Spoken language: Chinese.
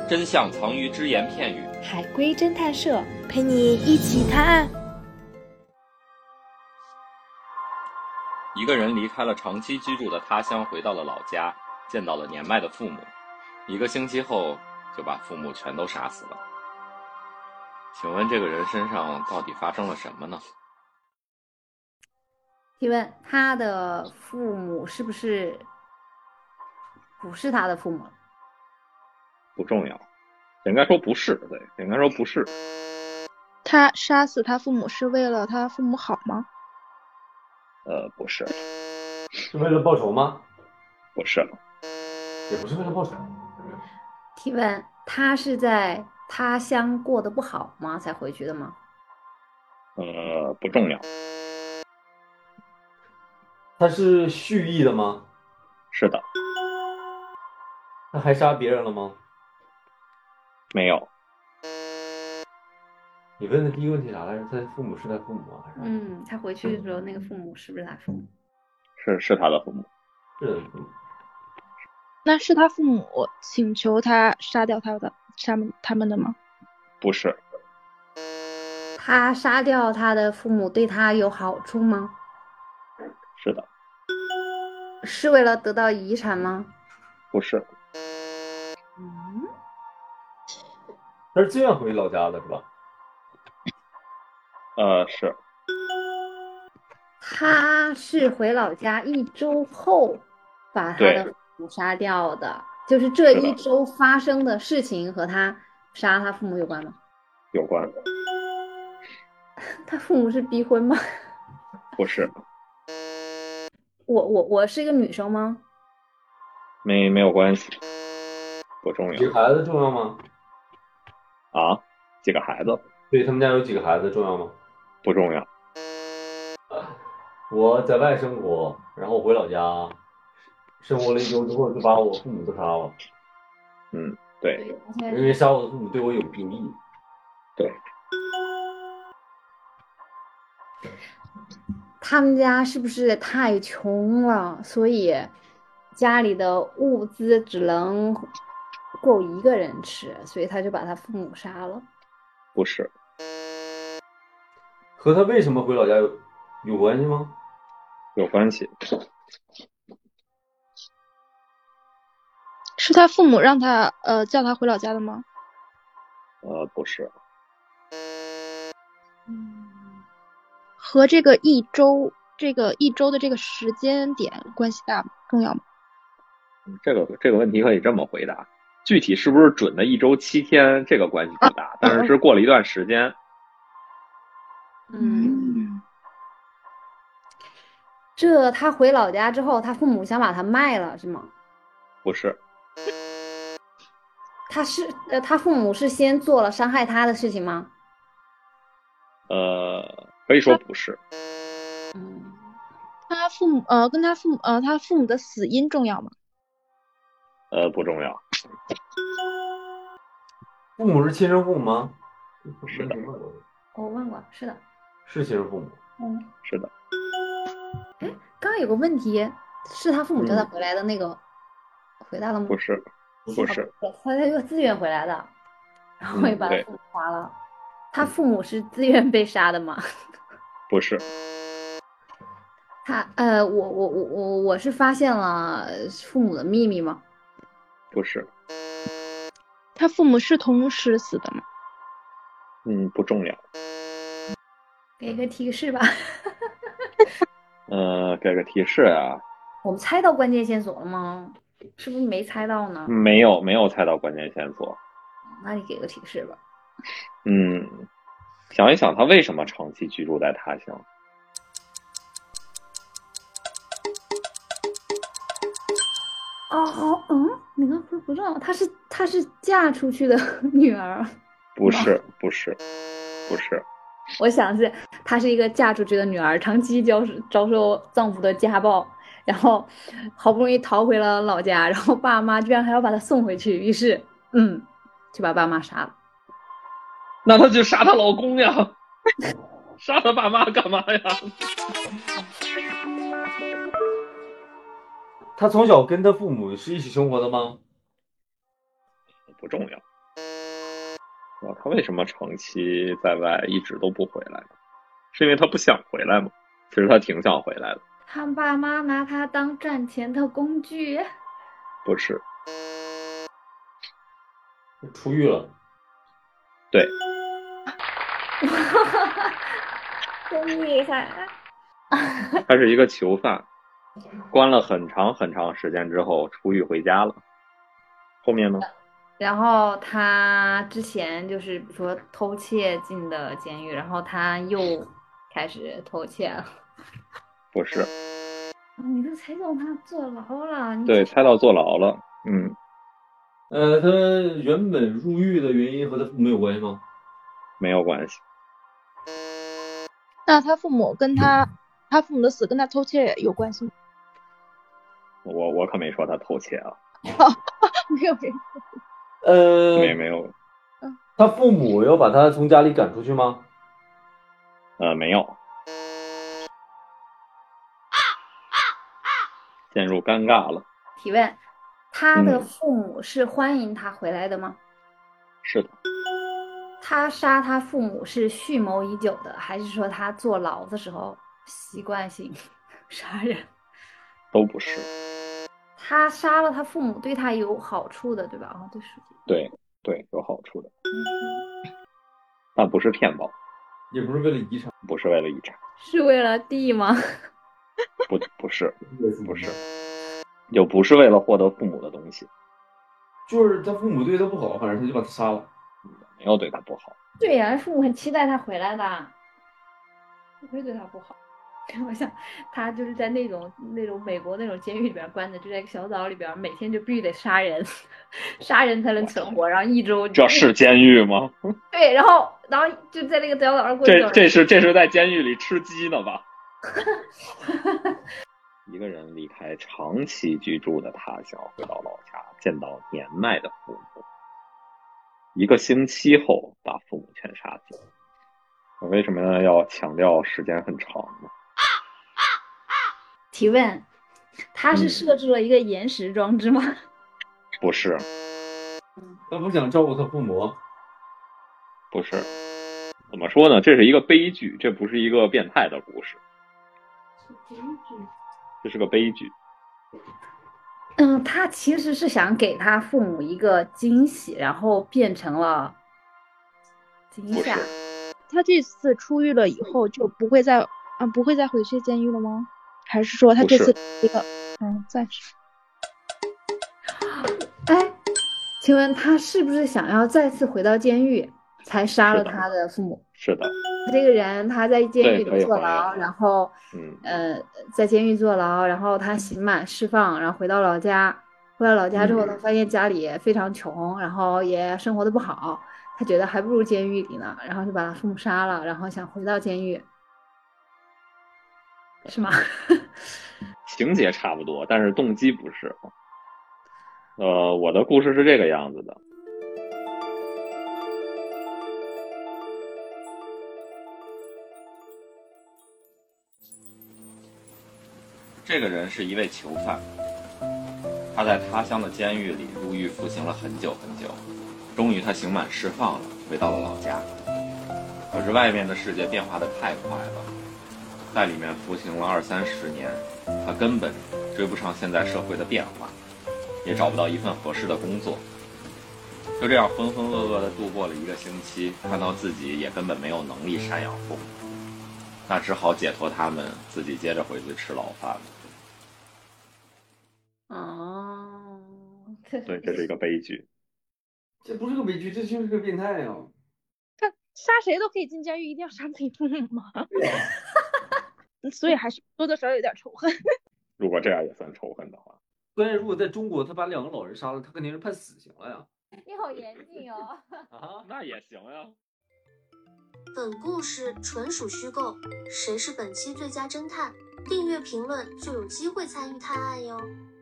真相藏于只言片语。 海龟侦探社陪你一起探案。 一个人离开了长期居住的他乡，回到了老家，见到了年迈的父母。1个星期后，就把父母全都杀死了。请问这个人身上到底发生了什么呢？ 提问：他的父母是不是他的父母？ 不重要，应该说不是，对，应该说不是。 他杀死他父母是为了他父母好吗？ 不是。 是为了报仇吗？ 不是。 也不是为了报仇。 提问：他是在他乡过得不好吗？才回去的吗？ 不重要。 他是蓄意的吗？ 是的。 他还杀别人了吗？ 没有。 你问的第一个问题啥来着？他父母是他父母吗？还是？ 他回去的时候那个父母是不是他父母？ 是他的父母。 是他的父母。 那是他父母请求他杀掉他们的吗？ 不是。 他杀掉他的父母对他有好处吗？ 是的。 是为了得到遗产吗？ 不是。 他是自愿回老家的是吧？ 是。 他是回老家1周后把他的父母杀掉的，就是这1周发生的事情和他杀他父母有关吗？ 有关。 他父母是逼婚吗？ 不是。 我是一个女生吗？ 没有关系，不重要。 几个孩子重要吗？ 啊？几个孩子？ 对，他们家有几个孩子重要吗？ 不重要。 我在外生活，然后回老家生活了1周之后，就把我父母都杀了。 对。 因为杀我的父母对我有益。 对。 他们家是不是太穷了，所以家里的物资只能够1个人吃，所以他就把他父母杀了？ 不是。 和他为什么回老家有关系吗？ 有关系。 是他父母让他叫他回老家的吗？ 不是。 和这个1周的这个时间点关系大吗？重要吗？ 这个问题可以这么回答，具体是不是准的1周7天，这个关系不大，但是过了一段时间。 这他回老家之后，他父母想把他卖了是吗？ 不是。 他父母是先做了伤害他的事情吗？ 可以说不是。 他父母跟他父母的死因重要吗？ 不重要。 父母是亲生父母吗？ 是的。 我问过，是的。 是亲生父母。 是的。 刚刚有个问题，是他父母叫他回来的那个，回答了吗？ 不是。 他就自愿回来的，然后也把他父母杀了。他父母是自愿被杀的吗？ 不是。 我是发现了父母的秘密吗？ 不是。 他父母是同时死的吗？ 不重要。 给个提示吧。 给个提示啊。 我们猜到关键线索了吗？是不是没猜到呢？ 没有猜到关键线索。 那你给个提示吧。 想一想他为什么长期居住在他乡。 你刚不知道，她是嫁出去的女儿？ 不是。 我想是她是一个嫁出去的女儿，长期遭受丈夫的家暴，然后好不容易逃回了老家，然后爸妈居然还要把她送回去，于是就把爸妈杀了。 那她就杀她老公呀。杀她爸妈干嘛呀？ 他从小跟他父母是一起生活的吗？ 不重要。 他为什么长期在外一直都不回来呢？是因为他不想回来吗？其实他挺想回来的。 他爸妈拿他当赚钱的工具。 不是。 出狱了。 对。 真厉害。 他是一个囚犯，关了很长很长时间之后出狱回家了。后面呢？ 然后他之前就是比如说偷窃进的监狱，然后他又开始偷窃了。 不是。 你都猜到他坐牢了。 对，猜到坐牢了。 他原本入狱的原因和他父母有关系吗？ 没有关系。 那他父母跟他父母的死跟他偷窃有关系吗？ 我可没说他偷窃啊。 没有人。 没有。 他父母要把他从家里赶出去吗？ 没有。陷入尴尬了。 提问：他的父母是欢迎他回来的吗？ 是的。 他杀他父母是蓄谋已久的，还是说他坐牢的时候习惯性杀人？ 都不是。 他杀了他父母对他有好处的，对吧？ 对，有好处的。但不是骗保， 也不是为了遗产。 不是为了遗产。 是为了地吗？ 不是，就不是为了获得父母的东西。 就是他父母对他不好，反正他就把他杀了。 没有对他不好。 对呀，父母很期待他回来的，不会对他不好。我想他就是在那种美国那种监狱里边关着，就在一个小岛里边，每天就必须得杀人，杀人才能存活，然后一周。 这是监狱吗？ 对，然后就在那个小岛上过。 这是在监狱里吃鸡呢吧？一个人离开长期居住的他乡，回到老家，见到年迈的父母，1个星期后把父母全杀死。我为什么要强调时间很长呢？ 提问：他是设置了一个延时装置吗？ 不是。 他不想照顾他父母？ 不是。怎么说呢？这是一个悲剧，这不是一个变态的故事。这是个悲剧。 他其实是想给他父母一个惊喜，然后变成了惊吓。 他这次出狱了以后就不会再回去监狱了吗？还是说他这次一个暂时？ 请问他是不是想要再次回到监狱才杀了他的父母？ 是的。 这个人他在监狱里坐牢，然后在监狱坐牢，然后他刑满释放，然后回到老家之后，他发现家里非常穷，然后也生活的不好，他觉得还不如监狱里呢，然后就把他父母杀了，然后想回到监狱，是吗？ 情节差不多，但是动机不是。我的故事是这个样子的。 这个人是一位囚犯，他在他乡的监狱里入狱服刑了很久很久，终于他刑满释放了，回到了老家。可是外面的世界变化的太快了，在里面服刑了20-30年，他根本追不上现在社会的变化，也找不到一份合适的工作。就这样浑浑噩噩地度过了1个星期，看到自己也根本没有能力赡养父母，那只好解脱他们，自己接着回去吃牢饭了。 对，这是一个悲剧。 这不是个悲剧，这就是个变态啊！ 看杀谁都可以进监狱，一定要杀自己父母吗？所以还是多多少少有点仇恨。 如果这样也算仇恨的话， 关键如果在中国他把2个老人杀了，他肯定是判死刑了呀。 你好严谨哦。 那也行呀。 本故事纯属虚构，谁是本期最佳侦探？订阅评论就有机会参与探案哟。